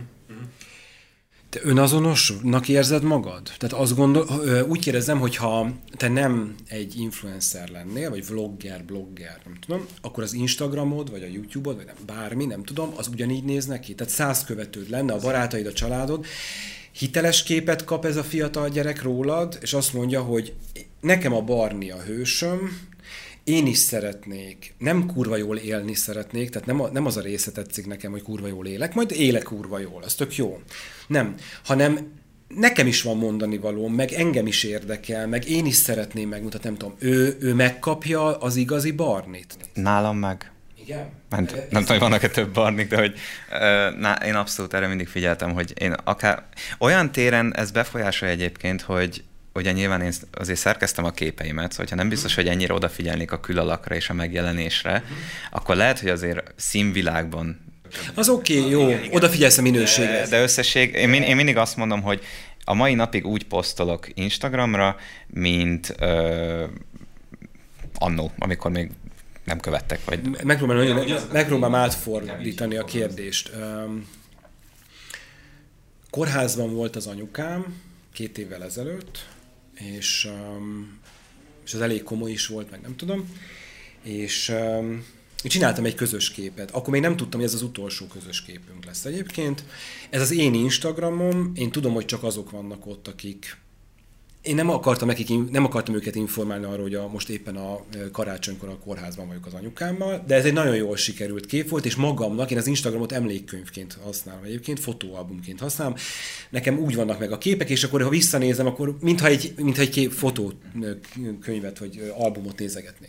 Te önazonosnak érzed magad? Tehát azt úgy kérdezem, hogy ha te nem egy influencer lennél, vagy vlogger, blogger, nem tudom, akkor az Instagramod, vagy a YouTube-od, vagy nem, bármi, nem tudom, az ugyanígy néz neki? Tehát 100 követőd lenne, a barátaid, a családod. Hiteles képet kap ez a fiatal gyerek rólad, és azt mondja, hogy nekem a Barni a hősöm, én is szeretnék, nem kurva jól élni szeretnék, tehát nem az a része tetszik nekem, hogy kurva jól élek, majd élek kurva jól, az tök jó. Nem, hanem nekem is van mondani valóm, meg engem is érdekel, meg én is szeretném megmutatni, nem tudom, ő megkapja az igazi Barnit. Nálam meg. Igen? Nem tudom, hogy vannak-e több Barnik, de hogy én abszolút erre mindig figyeltem, hogy én akár olyan téren ez befolyásolja egyébként, hogy ugye nyilván én azért szerkeztem a képeimet, szóval ha nem biztos, hogy ennyire odafigyelnék a külalakra és a megjelenésre, akkor lehet, hogy azért színvilágban... Az oké, jó, odafigyelsz a minőségre. De összesség, én mindig azt mondom, hogy a mai napig úgy posztolok Instagramra, mint annó, amikor még nem követtek. Vagy... Megpróbálom átfordítani a kérdést. Kórházban volt az anyukám 2 évvel ezelőtt, és és az elég komoly is volt, meg nem tudom, és csináltam egy közös képet. Akkor még nem tudtam, hogy ez az utolsó közös képünk lesz egyébként. Ez az én Instagramom, én tudom, hogy csak azok vannak ott, akik... Én nem akartam őket informálni arról, hogy most éppen a karácsonykor a kórházban vagyok az anyukámmal, de ez egy nagyon jól sikerült kép volt, és magamnak, én az Instagramot emlékkönyvként használom egyébként, fotóalbumként használom. Nekem úgy vannak meg a képek, és akkor ha visszanézem, akkor mintha egy fotókönyvet vagy albumot nézegetnék.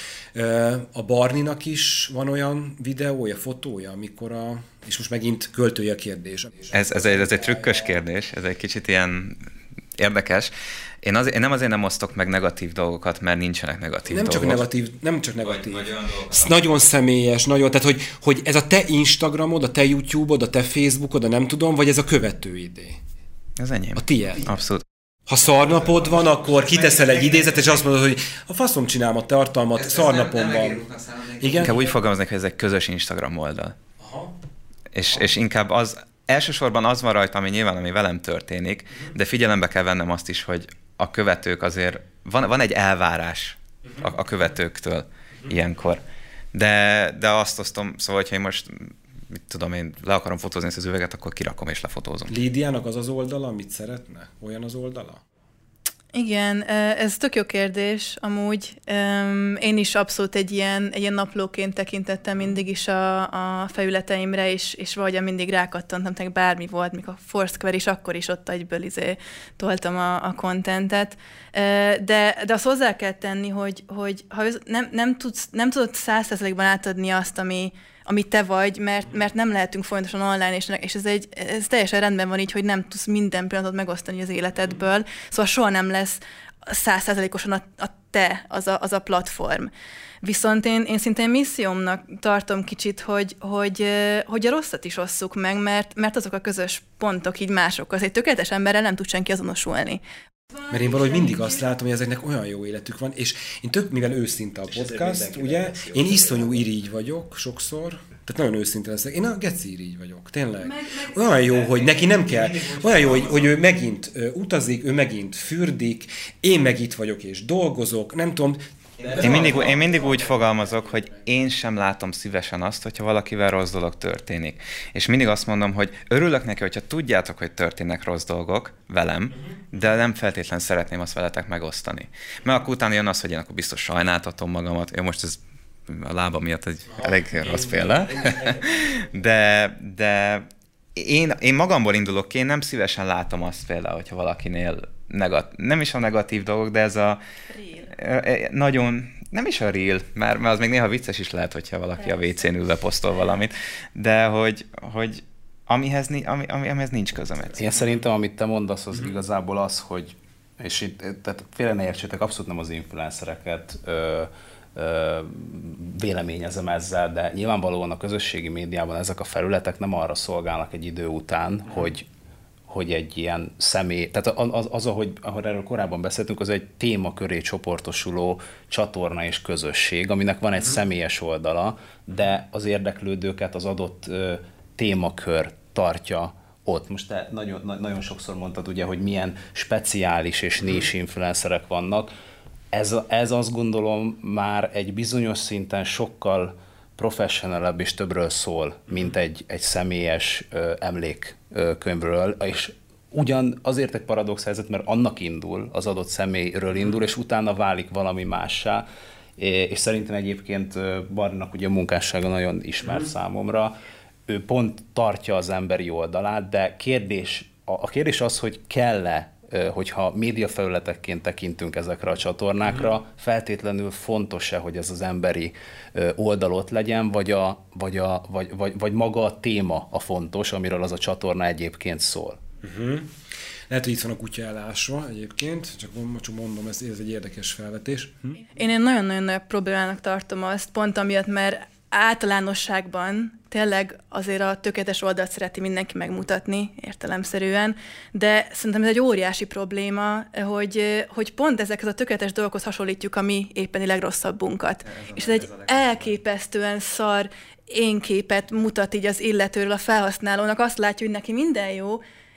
A Barninak is van olyan videója, fotója, amikor és most megint költői a kérdés. Ez egy trükkös kérdés, ez egy kicsit ilyen érdekes. Én nem azért nem osztok meg negatív dolgokat, mert nincsenek negatív dolgok. Nem csak negatív. Nagyon személyes, tehát hogy ez a te Instagramod, a te YouTube-od, a te Facebookod, a nem tudom, vagy ez a követőidé? Ez enyém. A tiéd. Abszolút. Ha szarnapod van, akkor kiteszel egy idézetet, és azt mondod, hogy a faszom csinálom a tartalmat, szarnapom van. Igen? Inkább úgy fogalmaznék, hogy ez egy közös Instagram oldal. Aha. És inkább elsősorban az van rajta, ami velem történik, de figyelembe kell vennem azt is, hogy a követők azért, van egy elvárás a követőktől ilyenkor. De azt osztom, szóval, hogyha én most, mit tudom én, le akarom fotózni ezt az üveget, akkor kirakom és lefotózom. Lídiának az az oldala, amit szeretne? Olyan az oldala? Igen, ez tök jó kérdés, amúgy. Én is abszolút egy ilyen naplóként tekintettem mindig is a felületeimre, és valahogy mindig rákattantam, tehát bármi volt, mikor a Foursquare is, akkor is ott egyből toltam a contentet. De azt hozzá kell tenni, hogy ha nem tudod 100%-ban átadni azt, ami te vagy, mert nem lehetünk folyamatosan online, és ez teljesen rendben van így, hogy nem tudsz minden pillanatot megosztani az életedből, szóval soha nem lesz 100%-osan a te, az a platform. Viszont én szintén missziómnak tartom kicsit, hogy a rosszat is osszuk meg, mert azok a közös pontok így másokkal. Egy tökéletes emberrel nem tud senki azonosulni. Mert én valahogy mindig azt látom, hogy ezeknek olyan jó életük van, és én mivel őszinte a podcast, ugye, én iszonyú irigy vagyok sokszor, tehát nagyon őszinte leszek. Én a geci irigy vagyok, tényleg. Olyan jó, hogy neki nem kell, olyan jó, hogy ő megint utazik, ő megint fürdik, én meg itt vagyok és dolgozok, nem tudom. Én mindig úgy fogalmazok, hogy én sem látom szívesen azt, hogyha valakivel rossz dolog történik. És mindig azt mondom, hogy örülök neki, hogyha tudjátok, hogy történnek rossz dolgok velem, de nem feltétlenül szeretném azt veletek megosztani. Mert akkor utána jön az, hogy én akkor biztos sajnáltatom magamat. Jó, most ez a lába miatt egy elég rossz példa. De én magamból indulok ki, én nem szívesen látom azt például, hogyha valakinél nem is a negatív dolgok, de ez a nagyon, nem is a real, mert az még néha vicces is lehet, hogyha valaki a WC-n ülve posztol valamit, de hogy amihez nincs közöm. Én szerintem, amit te mondasz, az igazából az, hogy, és itt, tehát félre ne értsétek, abszolút nem az influencereket véleményezem ezzel, de nyilvánvalóan a közösségi médiában ezek a felületek nem arra szolgálnak egy idő után, hogy egy ilyen személy, tehát ahogy erről korábban beszéltünk, az egy téma köré csoportosuló csatorna és közösség, aminek van egy személyes oldala, de az érdeklődőket az adott témakör tartja ott. Most te nagyon sokszor mondtad ugye, hogy milyen speciális és niche influencerek vannak. Ez azt gondolom már egy bizonyos szinten sokkal professionalabb és többről szól, mint egy személyes emlékkönyvről, és ugyan azért egy paradox helyzet, mert annak indul, az adott személyről indul, és utána válik valami mássá, és szerintem egyébként Barninak ugye a munkássága nagyon ismert számomra, ő pont tartja az emberi oldalát, de a kérdés az, hogy kell-e, hogyha médiafelületekként tekintünk ezekre a csatornákra, feltétlenül fontos-e, hogy ez az emberi oldal ott legyen, vagy maga a téma a fontos, amiről az a csatorna egyébként szól. Lehet, hogy itt van a kutya elásva egyébként, csak mondom, ez egy érdekes felvetés. Én nagyon-nagyon nagy problémának tartom azt, pont amiatt, mert általánosságban tényleg azért a tökéletes oldalt szereti mindenki megmutatni értelemszerűen, de szerintem ez egy óriási probléma, hogy pont ezekhez a tökéletes dolgokhoz hasonlítjuk a mi éppen legrosszabbunkat. És ez egy elképesztően szar énképet mutat így az illetőről a felhasználónak, azt látja, hogy neki minden jó,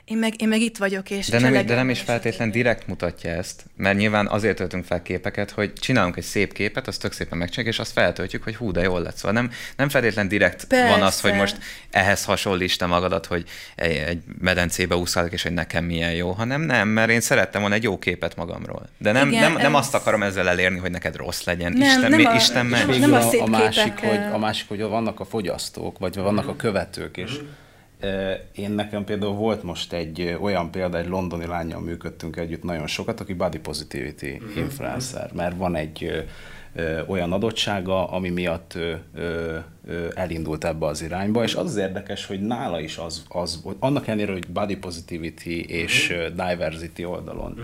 én meg itt vagyok, és de nem is feltétlen direkt mutatja ezt, mert nyilván azért töltünk fel képeket, hogy csinálunk egy szép képet, azt tök szépen megcsináljuk, és azt feltöltjük, hogy hú, de jól lett. Szóval nem feltétlen direkt van az, hogy most ehhez hasonlítsd te magadat, hogy egy medencébe úszálok, és hogy nekem milyen jó, hanem nem, mert én szerettem volna egy jó képet magamról. De nem azt akarom ezzel elérni, hogy neked rossz legyen. Isten ments. Nem a másik, hogy vannak a fogyasztók, vagy vannak a követők, és nekem például volt most egy olyan példa, egy londoni lánnyal működtünk együtt nagyon sokat, aki body positivity influencer, mert van egy olyan adottsága, ami miatt elindult ebbe az irányba, és az érdekes, hogy nála is az annak ellenére, hogy body positivity és diversity oldalon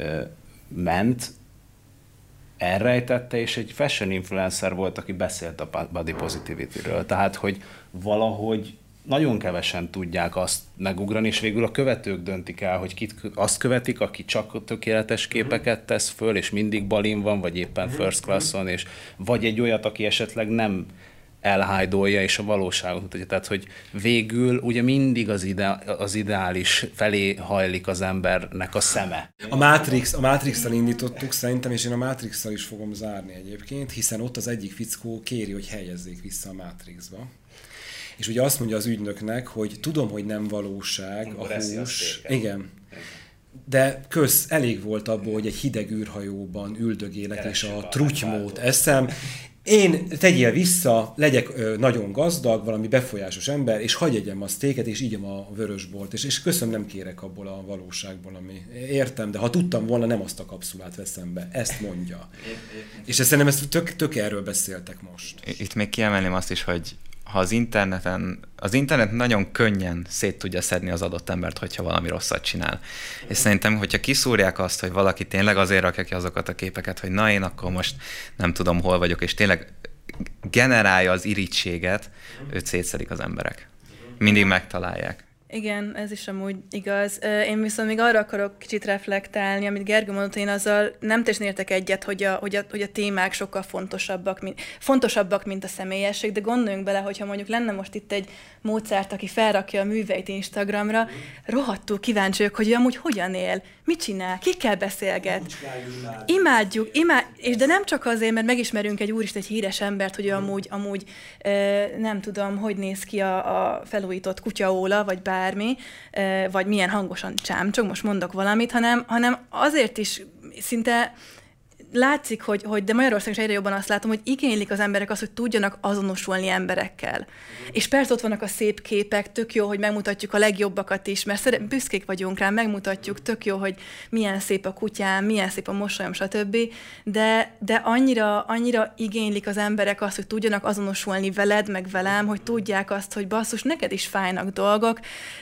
ment, elrejtette, és egy fashion influencer volt, aki beszélt a body positivity-ről. Tehát, hogy valahogy nagyon kevesen tudják azt megugrani, és végül a követők döntik el, hogy kit azt követik, aki csak tökéletes képeket tesz föl, és mindig balin van, vagy éppen first classon, és vagy egy olyat, aki esetleg nem elhájdolja, és a valóságot mutatja. Tehát, hogy végül ugye mindig az ideális felé hajlik az embernek a szeme. A Matrix-tal indítottuk szerintem, és én a Matrix-tal is fogom zárni egyébként, hiszen ott az egyik fickó kéri, hogy helyezzék vissza a Matrixba. És ugye azt mondja az ügynöknek, hogy tudom, hogy nem valóság a hús. Igen. De elég volt abból, hogy egy hideg űrhajóban üldögélek, és a trutymót eszem. Én tegyél vissza, legyek nagyon gazdag, valami befolyásos ember, és hagyj egyem a sztéket, és igyem a vörösbort. És köszönöm, nem kérek abból a valóságból, ami értem, de ha tudtam volna, nem azt a kapszulát veszem be. Ezt mondja. És szerintem ezt tök erről beszéltek most. Itt még kiemelném azt is, hogy ha az internet nagyon könnyen szét tudja szedni az adott embert, hogyha valami rosszat csinál. És szerintem, hogyha kiszúrják azt, hogy valaki tényleg azért rakja ki azokat a képeket, hogy na én akkor most nem tudom hol vagyok, és tényleg generálja az irítséget, őt szétszedik az emberek. Mindig megtalálják. Igen, ez is amúgy igaz. Én viszont még arra akarok kicsit reflektálni, amit Gergő mondott, én azzal nem teljesen értek egyet, hogy a témák sokkal fontosabbak, mint a személyesség, de gondoljunk bele, hogyha mondjuk lenne most itt egy Mozart, aki felrakja a műveit Instagramra, rohadtul kíváncsi vagyok, hogy amúgy hogyan él, mit csinál, kikkel beszélget. Imádjuk, és de nem csak azért, mert megismerünk egy úristen, egy híres embert, hogy amúgy nem tudom, hogy néz ki a felújított kutyaóla, vagy bármi, vagy milyen hangosan csámcsog, most mondok valamit, hanem azért is szinte látszik, hogy de Magyarországon is egyre jobban azt látom, hogy igénylik az emberek azt, hogy tudjanak azonosulni emberekkel. És persze ott vannak a szép képek, tök jó, hogy megmutatjuk a legjobbakat is, mert büszkék vagyunk rá, megmutatjuk, tök jó, hogy milyen szép a kutyám, milyen szép a mosolyom, stb. De annyira igénylik az emberek azt, hogy tudjanak azonosulni veled, meg velem, hogy tudják azt, hogy basszus, neked is fájnak dolgok,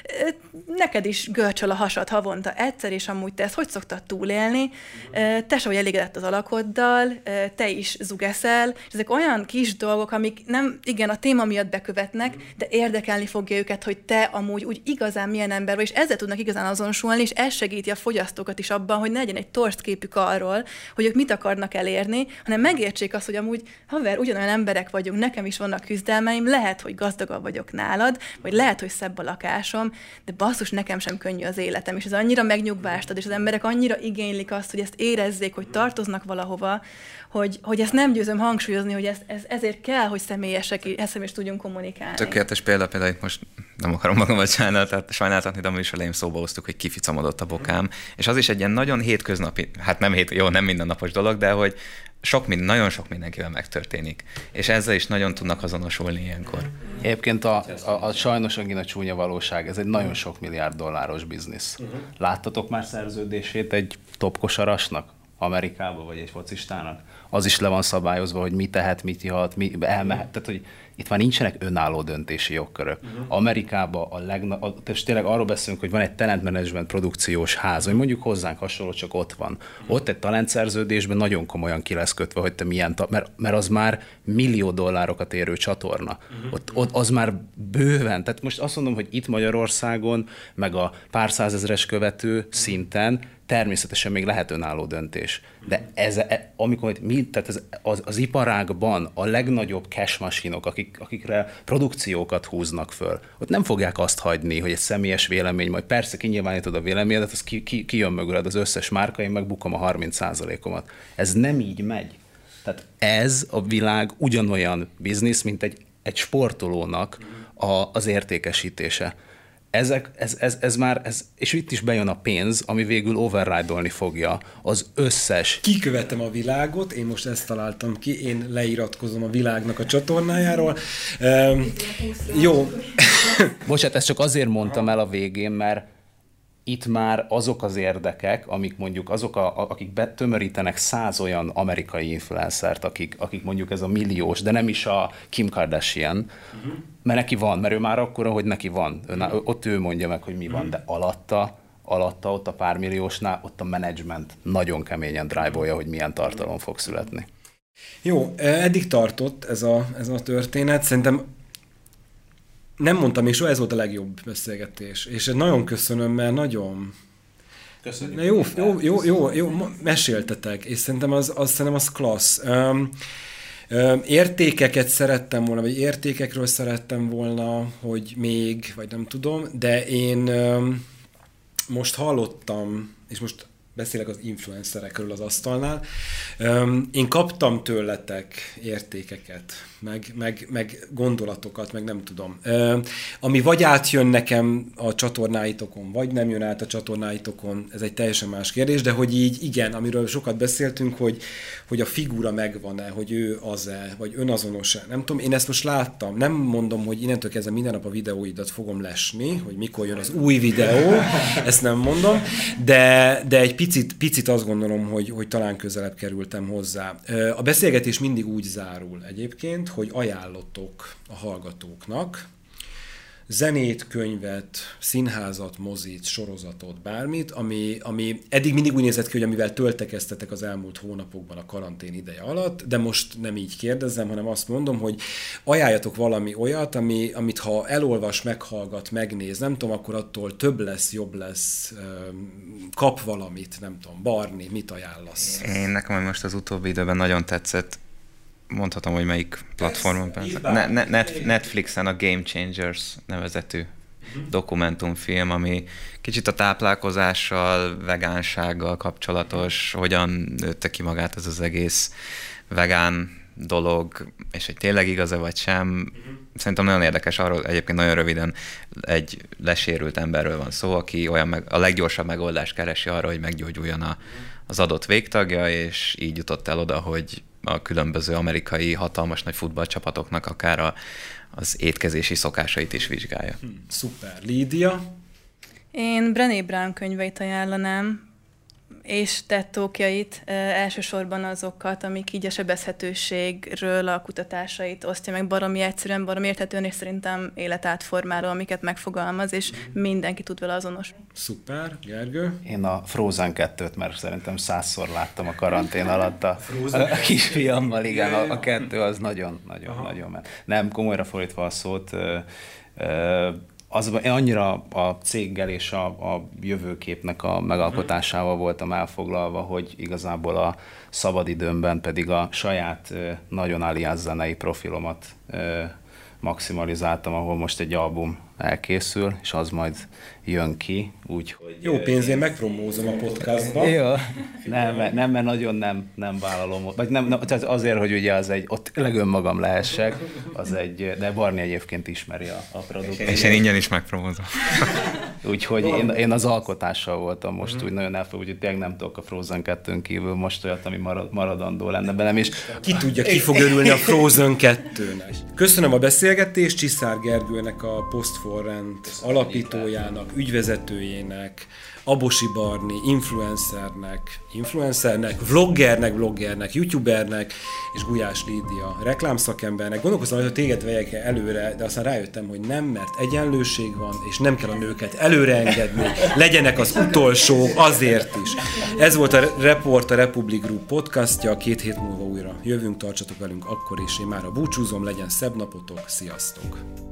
neked is görcsöl a hasad havonta egyszer, és amúgy te ezt hogy szoktad túlélni, te se vagy elégedett az alakoddal, te is zugeszel, és ezek olyan kis dolgok, amik nem, igen, a téma miatt bekövetnek, de érdekelni fogja őket, hogy te amúgy úgy igazán milyen ember vagy, és ezzel tudnak igazán azonosulni, és ez segíti a fogyasztókat is abban, hogy ne legyen egy torz képük arról, hogy ők mit akarnak elérni, hanem megértsék azt, hogy amúgy, haver, ugyanolyan emberek vagyunk, nekem is vannak küzdelmeim, lehet, hogy gazdagabb vagyok nálad, vagy lehet, hogy szebb a lakásom, de basszus, nekem sem könnyű az életem, és ez annyira megnyugvást ad, és az emberek annyira igénylik azt, hogy ezt érezzék, hogy tartoznak valahova, hogy ezt nem győzöm hangsúlyozni, hogy ezért kell, hogy személyes tudjunk kommunikálni. Tökéletes példa, itt most nem akarom magamat sajnáltatni, de mi is elején szóba hoztuk, hogy kificamodott a bokám, és az is egy ilyen nagyon hétköznapi, hát nem mindennapos dolog, de hogy nagyon sok mindenkivel megtörténik. És ezzel is nagyon tudnak azonosulni ilyenkor. Egyébként a sajnos a csúnya valóság, ez egy nagyon sok milliárd dolláros biznisz. Láttatok már szerződését egy top kosarasnak? Amerikába, vagy egy focistának? Az is le van szabályozva, hogy mi tehet, mit ihat, elmehet. Tehát, hogy itt már nincsenek önálló döntési jogkörök. Amerikában és tényleg arról beszélünk, hogy van egy talent management produkciós ház, hogy mondjuk hozzánk hasonló, csak ott van. Ott egy talentszerződésben nagyon komolyan ki lesz kötve, hogy te milyen, mert az már millió dollárokat érő csatorna. Ott az már bőven. Tehát most azt mondom, hogy itt Magyarországon, meg a pár százezres követő szinten természetesen még lehet önálló döntés. De amikor tehát az iparágban a legnagyobb cash machinok, akikre produkciókat húznak föl, ott nem fogják azt hagyni, hogy egy személyes vélemény, majd persze kinyilvánítod a véleményedet, az kijön mögüled az összes márka, én megbukom a 30%-omat. Ez nem így megy. Tehát ez a világ ugyanolyan biznisz, mint egy sportolónak az értékesítése. És itt is bejön a pénz, ami végül override-olni fogja az összes. Kikövetem a világot, én most ezt találtam ki, én leiratkozom a világnak a csatornájáról. Jó. Bocsánat, ezt csak azért mondtam el a végén, mert itt már azok az érdekek, amik mondjuk akik tömörítenek 100 olyan amerikai influencert, akik mondjuk ez a milliós, de nem is a Kim Kardashian, mert neki van, mert ő már akkora, hogy neki van. Ott ő mondja meg, hogy mi van, de alatta ott a pár milliósnál, ott a menedzsment nagyon keményen drive-olja, hogy milyen tartalom fog születni. Jó, eddig tartott ez a történet. Szerintem nem mondtam még soha, ez volt a legjobb beszélgetés. És nagyon köszönöm, mert nagyon... Köszönjük. Jó, meséltetek, és szerintem az klassz. Értékeket szerettem volna, vagy értékekről szerettem volna, hogy még, vagy nem tudom, de én most hallottam, és most beszélek az influencerekről az asztalnál, én kaptam tőletek értékeket, meg gondolatokat, meg nem tudom. Ami vagy átjön nekem a csatornáitokon, vagy nem jön át a csatornáitokon, ez egy teljesen más kérdés, de hogy így igen, amiről sokat beszéltünk, hogy a figura megvan-e, hogy ő az-e, vagy önazonos-e, nem tudom, én ezt most láttam, nem mondom, hogy innentől kezdve minden nap a videóidat fogom lesni, hogy mikor jön az új videó, ezt nem mondom, de egy picit azt gondolom, hogy talán közelebb kerültem hozzá. A beszélgetés mindig úgy zárul egyébként, hogy ajánlotok a hallgatóknak zenét, könyvet, színházat, mozit, sorozatot, bármit, ami eddig mindig úgy nézett ki, hogy amivel töltekeztetek az elmúlt hónapokban a karantén ideje alatt, de most nem így kérdezem, hanem azt mondom, hogy ajánljatok valami olyat, amit ha elolvas, meghallgat, megnéz, nem tudom, akkor attól több lesz, jobb lesz, kap valamit, nem tudom, Barni, mit ajánlasz? Nekem most az utóbbi időben nagyon tetszett, mondhatom, hogy melyik platformon. Netflixen a Game Changers nevezetű dokumentumfilm, ami kicsit a táplálkozással, vegánsággal kapcsolatos, hogyan nőtte ki magát ez az egész vegán dolog, és hogy tényleg igaz-e vagy sem. Szerintem nagyon érdekes, arról egyébként nagyon röviden egy lesérült emberről van szó, aki a leggyorsabb megoldást keresi arra, hogy meggyógyuljon az adott végtagja, és így jutott el oda, hogy a különböző amerikai hatalmas nagy futballcsapatoknak akár az étkezési szokásait is vizsgálja. Szuper. Lídia? Én Brené Brown könyveit ajánlanám, és tettókjait, elsősorban azokat, amik így a sebezhetőségről a kutatásait osztja meg baromi egyszerűen, baromi érthetően, és szerintem életátformáló, amiket megfogalmaz, és mindenki tud vele azonos. Szuper. Gergő? Én a Frozen 2-t, mert szerintem 100-szor láttam a karantén alatt a kisfiammal, igen, a 2 az nagyon ment. Nem, komolyra fordítva a szót, én annyira a céggel és a jövőképnek a megalkotásával voltam elfoglalva, hogy igazából a szabadidőmben pedig a saját nagyon alias zenei profilomat maximalizáltam, ahol most egy album elkészül, és az majd jön ki, úgyhogy... Jó pénzén megpromózom a podcastban. Jó, nem, mert nagyon nem vállalom. Vagy nem, azért, hogy ugye az ott tényleg önmagam lehessek, de Barni egyébként ismeri a produktot. És én ingyen is megpromózom. Úgyhogy én az alkotással voltam most úgy nagyon elfogó, úgyhogy tényleg nem tudok a Frozen 2-n kívül most olyat, ami maradandó lenne belem is. Ki tudja, ki fog örülni a Frozen 2-nek. Köszönöm a beszélgetést Csiszár Gergőnek, a Post for Rent alapítójának, ügyvezetőjének, Abosi Barni, influencernek, vloggernek, youtubernek, és Gulyás Lídia reklámszakembernek. Gondolkoztam, hogy téged vegyek előre, de aztán rájöttem, hogy nem, mert egyenlőség van, és nem kell a nőket előreengedni, legyenek az utolsók, azért is. Ez volt a Report, a Republic Group podcastja, 2 hét múlva újra jövünk, tartsatok velünk akkor is. Én már búcsúzom, legyen szebb napotok, sziasztok!